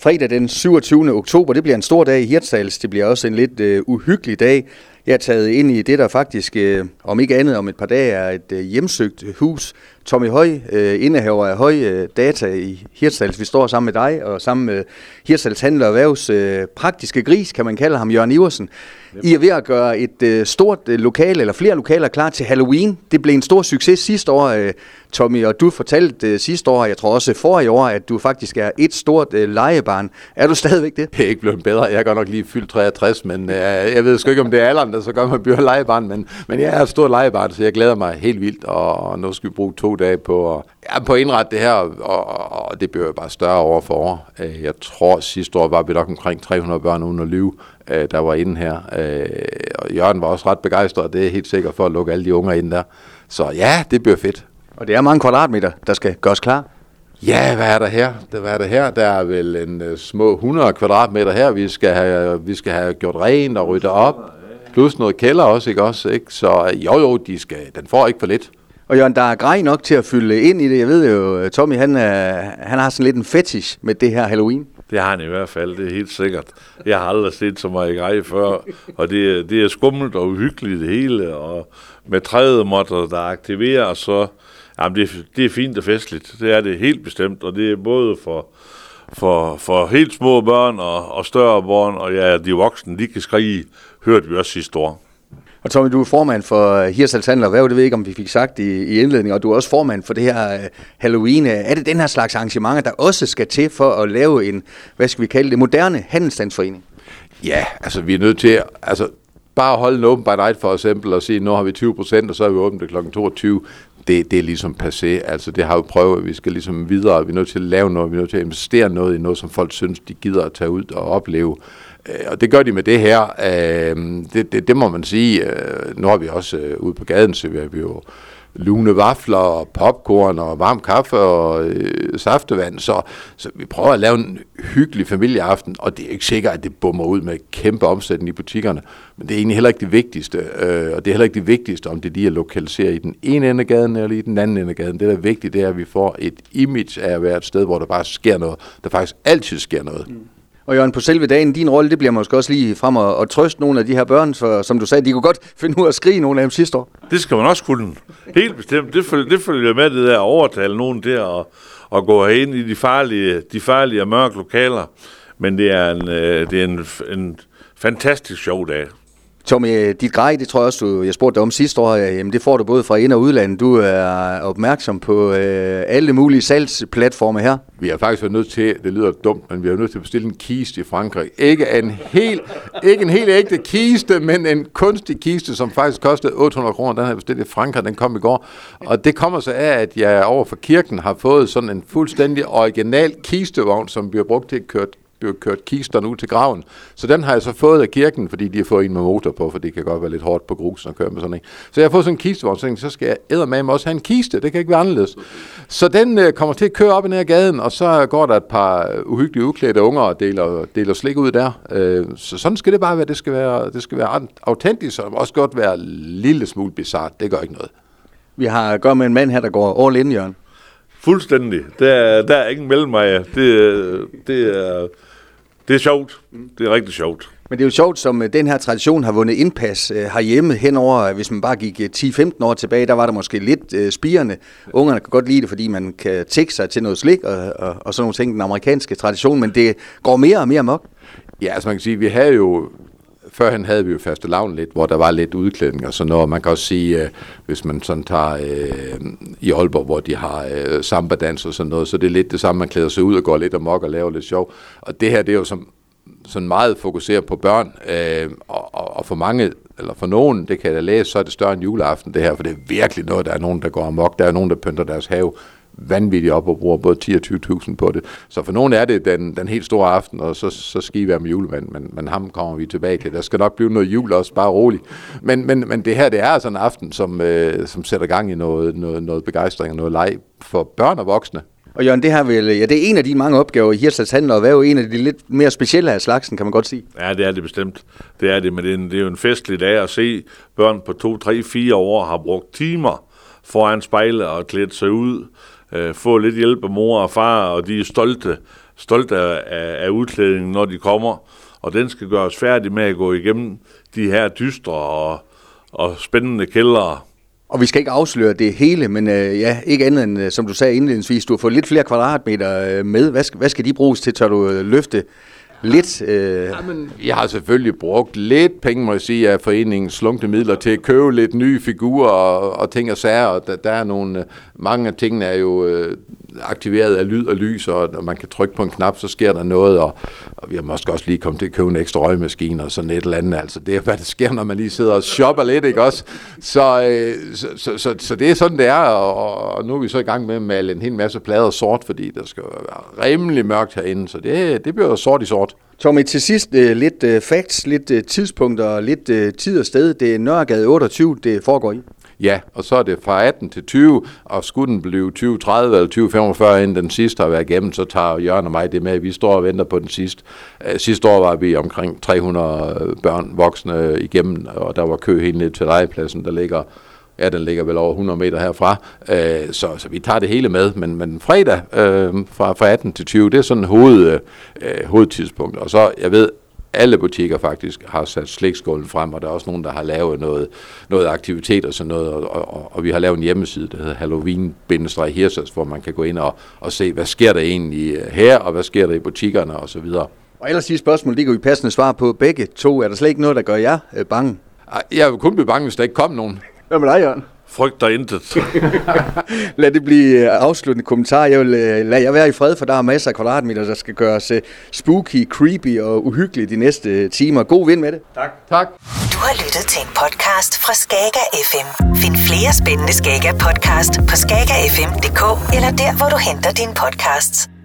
Fredag den 27. oktober, det bliver en stor dag i Hirtshals. Det bliver også en lidt uhyggelig dag. Jeg er taget ind i det, der faktisk, om ikke andet om et par dage, er et hjemsøgt hus. Tommy Høj, indehaver af Høj Data i Hirtshals. Vi står sammen med dig og sammen med Hirtshals Handel og Erhvervs praktiske gris, kan man kalde ham, Jørgen Iversen. I er ved at gøre et stort lokale, eller flere lokaler klar til Halloween. Det blev en stor succes sidste år, Tommy, og du fortalte sidste år, jeg tror også forrige år, at du faktisk er et stort legebarn. Er du stadigvæk det? Det er ikke blevet bedre. Jeg har godt nok lige fyldt 63, men jeg ved sgu ikke, om det er alderen, der så gør man bliver legebarn. Men jeg er et stort legebarn, så jeg glæder mig helt vildt, og nu skal vi bruge 2 dage på at indrette det her, og det bliver bare større år for år. Jeg tror, sidste år var vi nok omkring 300 børn uden at lyve, der var inde her. Og Jørgen var også ret begejstret, og det er helt sikkert for at lukke alle de unger ind der. Så ja, det bliver fedt. Og det er mange kvadratmeter, der skal gøres klar. Ja, hvad er der her? Der er vel en små 100 kvadratmeter her, vi skal have gjort rent og ryddet op. Plus noget kælder også, ikke også? Ikke? Så jo, den får ikke for lidt. Og Jørgen, der er grej nok til at fylde ind i det. Jeg ved jo, Tommy, han har sådan lidt en fetish med det her Halloween. Det har han i hvert fald, det er helt sikkert. Jeg har aldrig set så meget grej før, og det er skummelt og uhyggeligt det hele, og med trædemotter, der aktiverer, så jamen det er fint og festligt. Det er det helt bestemt, og det er både for helt små børn og større børn, og ja, de voksne, de kan skrige, hørte vi også sidste år. Og Tommy, du er formand for Hirtshals Handel og Erhverv, det ved jeg ikke, om vi fik sagt i indledningen, og du er også formand for det her Halloween. Er det den her slags arrangementer, der også skal til for at lave en, hvad skal vi kalde det, moderne handelsstandsforening? Ja, altså vi er nødt til, bare at holde en open by night for eksempel, og sige, nu har vi 20%, og så er vi åbent til kl. 22. Det er ligesom passé, altså det har vi prøvet, vi skal ligesom videre, vi er nødt til at lave noget, vi er nødt til at investere noget i noget, som folk synes, de gider at tage ud og opleve. Og det gør de med det her. Det må man sige. Nu har vi også ude på gaden, så vi har jo lune vafler og popcorn og varm kaffe og saftevand. Så vi prøver at lave en hyggelig familieaften, og det er ikke sikkert, at det bummer ud med kæmpe omsætning i butikkerne. Men det er egentlig heller ikke det vigtigste. Og det er heller ikke det vigtigste, om det lige er lokaliseret i den ene ende af gaden eller i den anden ende af gaden. Det, der er vigtigt, det er, at vi får et image af at være et sted, hvor der bare sker noget. Der faktisk altid sker noget. Og Jørgen, på selve dagen, din rolle, det bliver måske også lige frem og trøste nogle af de her børn, for som du sagde, de kunne godt finde ud af at skrige nogle af dem sidste år. Det skal man også kunne. Helt bestemt. Det følger med det der at overtale nogen der og gå ind i de farlige og mørke lokaler. Men det er en fantastisk sjov dag. Tommy, dit grej, det tror jeg også, jeg spurgte dig om sidste år, jamen det får du både fra ind- og udlandet. Du er opmærksom på alle mulige salgsplatforme her. Vi har faktisk været nødt til, det lyder dumt, men vi har nødt til at bestille en kiste i Frankrig. Ikke en helt ægte kiste, men en kunstig kiste, som faktisk kostede 800 kroner. Den har jeg bestilt i Frankrig, den kom i går. Og det kommer så af, at jeg over for kirken har fået sådan en fuldstændig original kistevogn, som bliver brugt til at kørt kisterne ud til graven. Så den har jeg så fået af kirken, fordi de har fået en med motor på, for det kan godt være lidt hårdt på grusen at køre med sådan en. Så jeg har fået sådan en kistevogn, så skal jeg eddermame også have en kiste. Det kan ikke være anderledes. Så den kommer til at køre op i nær gaden, og så går der et par uhyggelige udklædte unger og deler slik ud der. Så sådan skal det bare være. Det skal være autentisk, og også godt være en lille smule bizarrt. Det gør ikke noget. Vi har at gøre med en mand her, der går all in, Jørgen. Fuldstændig. Der er ingen mellemveje. Det er sjovt. Det er rigtig sjovt. Men det er jo sjovt, som den her tradition har vundet indpas herhjemme henover. Hvis man bare gik 10-15 år tilbage, der var der måske lidt spirende. Ungerne kan godt lide det, fordi man kan tække sig til noget slik og sådan nogle ting, den amerikanske tradition, men det går mere og mere amok. Ja, altså man kan sige, vi havde jo førhen havde vi jo fastelavn lidt, hvor der var lidt udklædning og sådan noget. Man kan også sige, hvis man sådan tager i Aalborg, hvor de har samba-dans og sådan noget, så det er lidt det samme, man klæder sig ud og går lidt amok og laver lidt sjov. Og det her, det er jo sådan meget fokuseret på børn, og for mange, eller for nogen, det kan jeg da læse, så er det større end juleaften det her, for det er virkelig noget, der er nogen, der går amok. Der er nogen, der pynter deres have vanvittigt op og bruger både 10 og 20.000 på det. Så for nogen er det den helt store aften, og så skal I være med julemand, men ham kommer vi tilbage til. Der skal nok blive noget jul også, bare roligt. Men det her, det er altså en aften, som sætter gang i noget begejstring og noget leg for børn og voksne. Og Jørgen, det her det er en af dine mange opgaver i Hirtshals Handel og Erhverv, en af de lidt mere specielle af slagsen, kan man godt sige. Ja, det er det bestemt. Det er det, men det er jo en festlig dag at se børn på 2, 3, 4 år har brugt timer foran spejlet og klædt sig ud, få lidt hjælp af mor og far, og de er stolte stolte af udklædningen, når de kommer. Og den skal gøres færdig med at gå igennem de her dystre og spændende kældere. Og vi skal ikke afsløre det hele, men ikke andet end, som du sagde indledningsvis, du har fået lidt flere kvadratmeter med. Hvad skal de bruges til? Tør du løfte lidt? Jamen, jeg har selvfølgelig brugt lidt penge, må jeg sige, af foreningens slunkne midler til at købe lidt nye figurer og ting og sager. Og der er nogle, mange af tingene er jo aktiveret af lyd og lys, og man kan trykke på en knap, så sker der noget, og vi har måske også lige kommet til at købe en ekstra røgmaskine og sådan et eller andet. Altså, det er, hvad der sker, når man lige sidder og shopper lidt, ikke også? Så det er sådan, det er, og nu er vi så i gang med at male en hel masse plader sort, fordi der skal være rimelig mørkt herinde, så det bliver sort i sort. Tommy, til sidst lidt facts, lidt tidspunkter, lidt tid og sted. Det er Nørregade 28, det foregår i. Ja, og så er det fra 18 til 20, og skulle den blive 2030 eller 2045, inden den sidste har været igennem, så tager Jørgen og mig det med. Vi står og venter på den sidste. Sidste år var vi omkring 300 børn, voksne igennem, og der var kø helt ned til legepladsen, den ligger vel over 100 meter herfra, så vi tager det hele med, men fredag fra 18 til 20, det er sådan hovedtidspunkt, og så, jeg ved, alle butikker faktisk har sat slikskålen frem, og der er også nogen, der har lavet noget aktivitet og sådan noget, og vi har lavet en hjemmeside, der hedder Halloween-Hirsers, hvor man kan gå ind og se, hvad sker der egentlig her, og hvad sker der i butikkerne og så videre. Og ellers sige spørgsmål, det kan vi passende svare på begge to. Er der slet ikke noget, der gør jer bange? Jeg vil kun blive bange, hvis der ikke kom nogen. Hvad med dig, Jørgen? Frygter intet. Lad det blive afsluttende kommentar. Jeg vil lade jer være i fred, for der er masser af kvadratmeter, der skal gøres spooky, creepy og uhyggeligt de næste timer. God vind med det. Tak. Du har lyttet til en podcast fra Skager FM. Find flere spændende Skager podcast på skagerfm.dk eller der, hvor du henter dine podcasts.